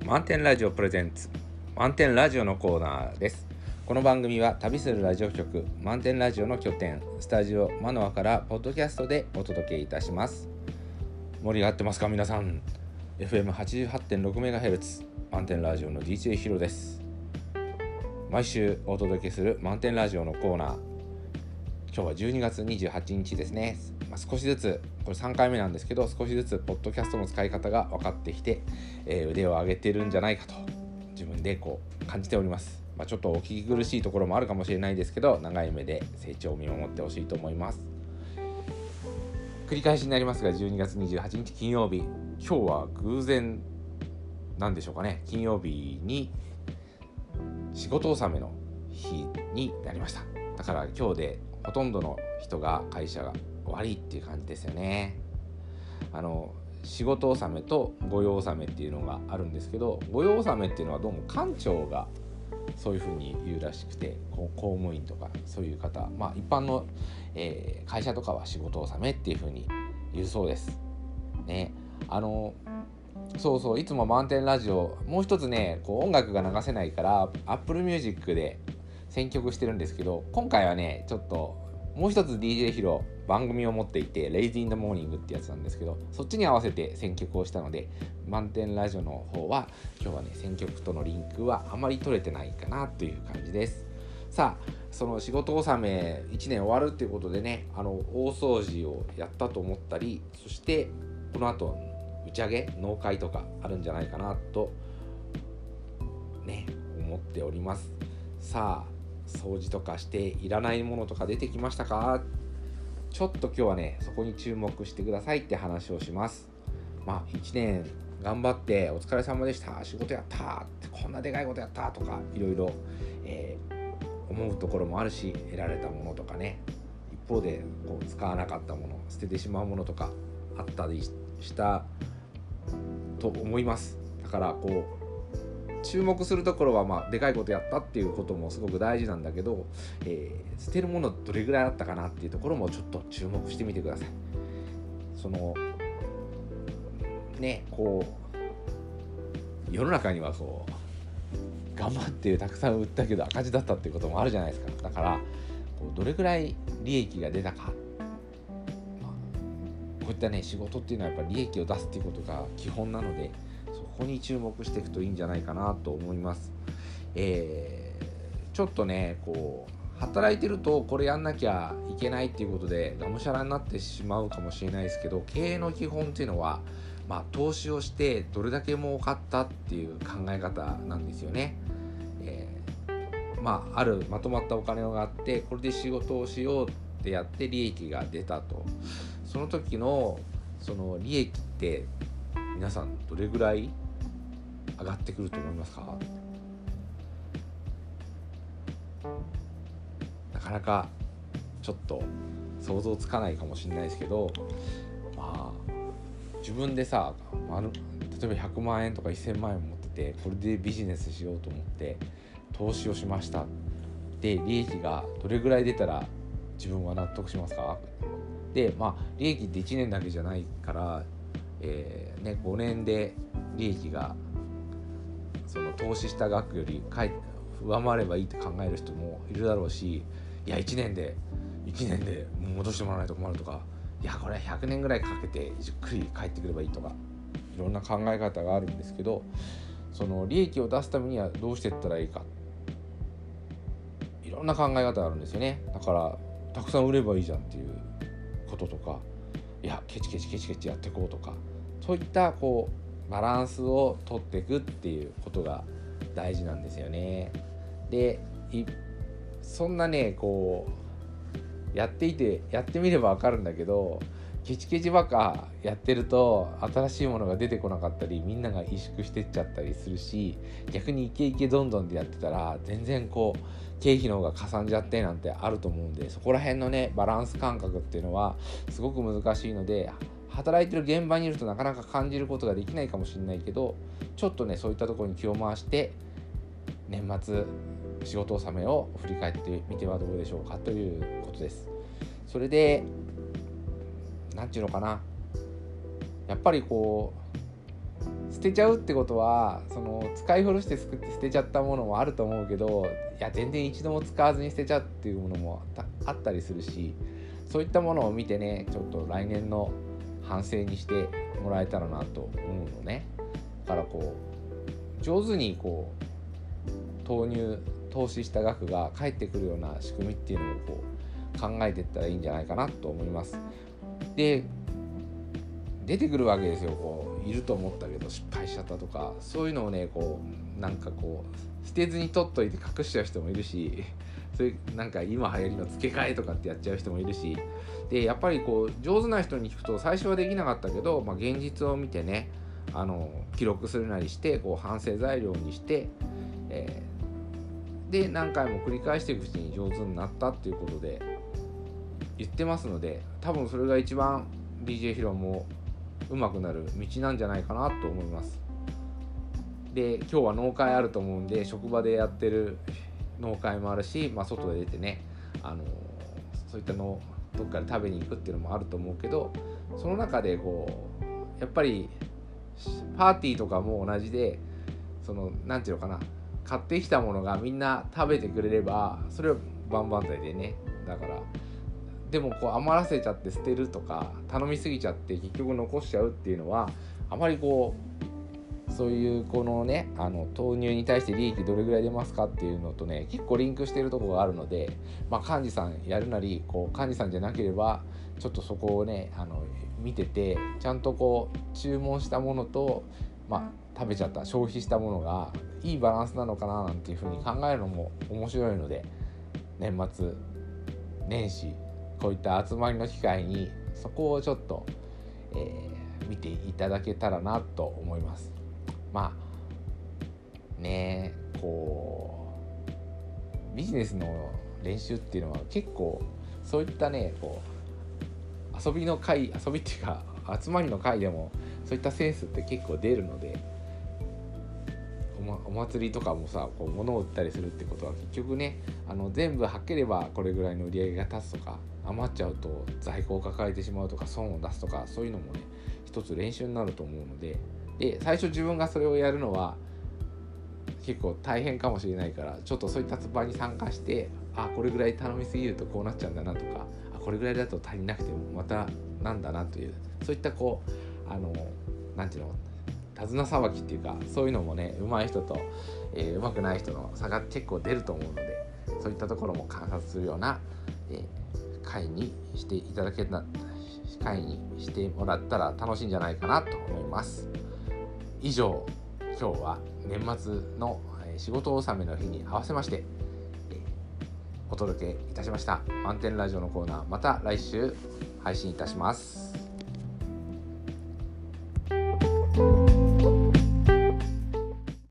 満点ラジオプレゼンツ満点ラジオのコーナーです。この番組は旅するラジオ局満点ラジオの拠点スタジオマノアからポッドキャストでお届けいたします。盛り上がってますか皆さん。 FM88.6MHz 満点ラジオの DJ ヒロです。毎週お届けする満点ラジオのコーナー、今日は12月28日ですね。少しずつこれ3回目なんですけど、少しずつポッドキャストの使い方が分かってきて、腕を上げてるんじゃないかと自分で感じております。ちょっとお聞き苦しいところもあるかもしれないですけど、長い目で成長を見守ってほしいと思います。繰り返しになりますが、12月28日金曜日、今日は偶然なんでしょうかね、金曜日に仕事納めの日になりました。だから今日でほとんどの人が会社が終わりっていう感じですよね。仕事納めと御用納めっていうのがあるんですけど、御用納めっていうのはどうも館長がそういうふうに言うらしくて、公務員とかそういう方、一般の、会社とかは仕事納めっていうふうに言うそうですね。そういつも満点ラジオもう一つね、音楽が流せないから Apple Music で選曲してるんですけど、今回はねちょっともう一つ DJ ヒロ番組を持っていて、レイジーインダモーニングってやつなんですけど、そっちに合わせて選曲をしたので、満点ラジオの方は今日はね選曲とのリンクはあまり取れてないかなという感じです。さあ、その仕事納め1年終わるっていうことでね、大掃除をやったと思ったり、そしてこの後打ち上げ納会とかあるんじゃないかなとね思っております。さあ、掃除とかしていらないものとか出てきましたか？ちょっと今日はねそこに注目してくださいって話をします。1年頑張ってお疲れ様でした、仕事やったってこんなでかいことやったとかいろいろ思うところもあるし、得られたものとかね、一方で使わなかったもの、捨ててしまうものとかあったりしたと思います。だから注目するところはでかいことやったっていうこともすごく大事なんだけど、捨てるものどれぐらいあったかなっていうところもちょっと注目してみてください。そのね世の中には頑張ってたくさん売ったけど赤字だったっていうこともあるじゃないですか。だからどれぐらい利益が出たか、こういったね仕事っていうのはやっぱり利益を出すっていうことが基本なので、そこに注目していくといいんじゃないかなと思います。ちょっとね働いてるとこれやんなきゃいけないっていうことでがむしゃらになってしまうかもしれないですけど、経営の基本っていうのは投資をしてどれだけ儲かったっていう考え方なんですよね。あるまとまったお金があって、これで仕事をしようってやって利益が出たと、その時のその利益って皆さんどれぐらい上がってくると思いますか？なかなかちょっと想像つかないかもしれないですけど、自分でさ、例えば100万円とか1000万円持ってて、これでビジネスしようと思って投資をしました。で利益がどれぐらい出たら自分は納得しますか？で利益って1年だけじゃないから、5年で利益がその投資した額より上回ればいいって考える人もいるだろうし、いや1年で戻してもらわないと困るとか、いやこれ100年ぐらいかけてじっくり帰ってくればいいとか、いろんな考え方があるんですけど、その利益を出すためにはどうしていったらいいか、いろんな考え方があるんですよね。だからたくさん売ればいいじゃんっていうこととか、いやケチケチやっていこうとか、そういったバランスを取っていくっていうことが大事なんですよね。でそんなねやってみれば分かるんだけど、ケチばっかやってると新しいものが出てこなかったり、みんなが萎縮してっちゃったりするし、逆にイケイケどんどんでやってたら全然経費の方がかさんじゃってなんてあると思うんで、そこら辺のねバランス感覚っていうのはすごく難しいので、働いてる現場にいるとなかなか感じることができないかもしれないけど、ちょっとねそういったところに気を回して年末仕事納めを振り返ってみてはどうでしょうかということです。それでなんていうのかな、やっぱり捨てちゃうってことはその使い古して捨てちゃったものもあると思うけど、いや全然一度も使わずに捨てちゃうっていうものもあったりするし、そういったものを見てね、ちょっと来年の反省にしてもらえたらなと思うのね。だから上手に投資した額が返ってくるような仕組みっていうのを考えていったらいいんじゃないかなと思います。で出てくるわけですよ。いると思ったけど失敗しちゃったとか、そういうのをね捨てずに取っといて隠しちゃう人もいるし、そういう今流行りの付け替えとかってやっちゃう人もいるし、でやっぱり上手な人に聞くと、最初はできなかったけど、現実を見てね記録するなりして反省材料にして、で何回も繰り返していくうちに上手になったっていうことで言ってますので、多分それが一番 DJ ヒロも上手くなる道なんじゃないかなと思います。で今日は農会あると思うんで、職場でやってる農会もあるし、外で出てねそういったのどっかで食べに行くっていうのもあると思うけど、その中でやっぱりパーティーとかも同じで、なんていうのかな、買ってきたものがみんな食べてくれればそれは万々歳でね。だからでも余らせちゃって捨てるとか頼みすぎちゃって結局残しちゃうっていうのは、あまりそういう投入に対して利益どれぐらい出ますかっていうのとね、結構リンクしているところがあるので、幹事さんやるなり幹事さんじゃなければちょっとそこをね見てて、ちゃんと注文したものと、食べちゃった消費したものがいいバランスなのかななんていうふうに考えるのも面白いので、年末年始こういった集まりの機会にそこをちょっと、見ていただけたらなと思います。ビジネスの練習っていうのは結構そういったね遊びっていうか集まりの会でもそういったセンスって結構出るので、お祭りとかもさ物を売ったりするってことは結局ね全部はければこれぐらいの売り上げが立つとか、余っちゃうと在庫を抱えてしまうとか損を出すとか、そういうのもね一つ練習になると思うので、最初自分がそれをやるのは結構大変かもしれないから、ちょっとそういった場に参加して、これぐらい頼みすぎるとこうなっちゃうんだなとか、これぐらいだと足りなくてもまたなんだなという、そういったなんていうの手綱さばきっていうか、そういうのもね上手い人と、上手くない人の差が結構出ると思うので、そういったところも観察するような、会にしてもらったら楽しいんじゃないかなと思います。以上、今日は年末の仕事納めの日に合わせまして、お届けいたしました。満点ラジオのコーナー、また来週配信いたします。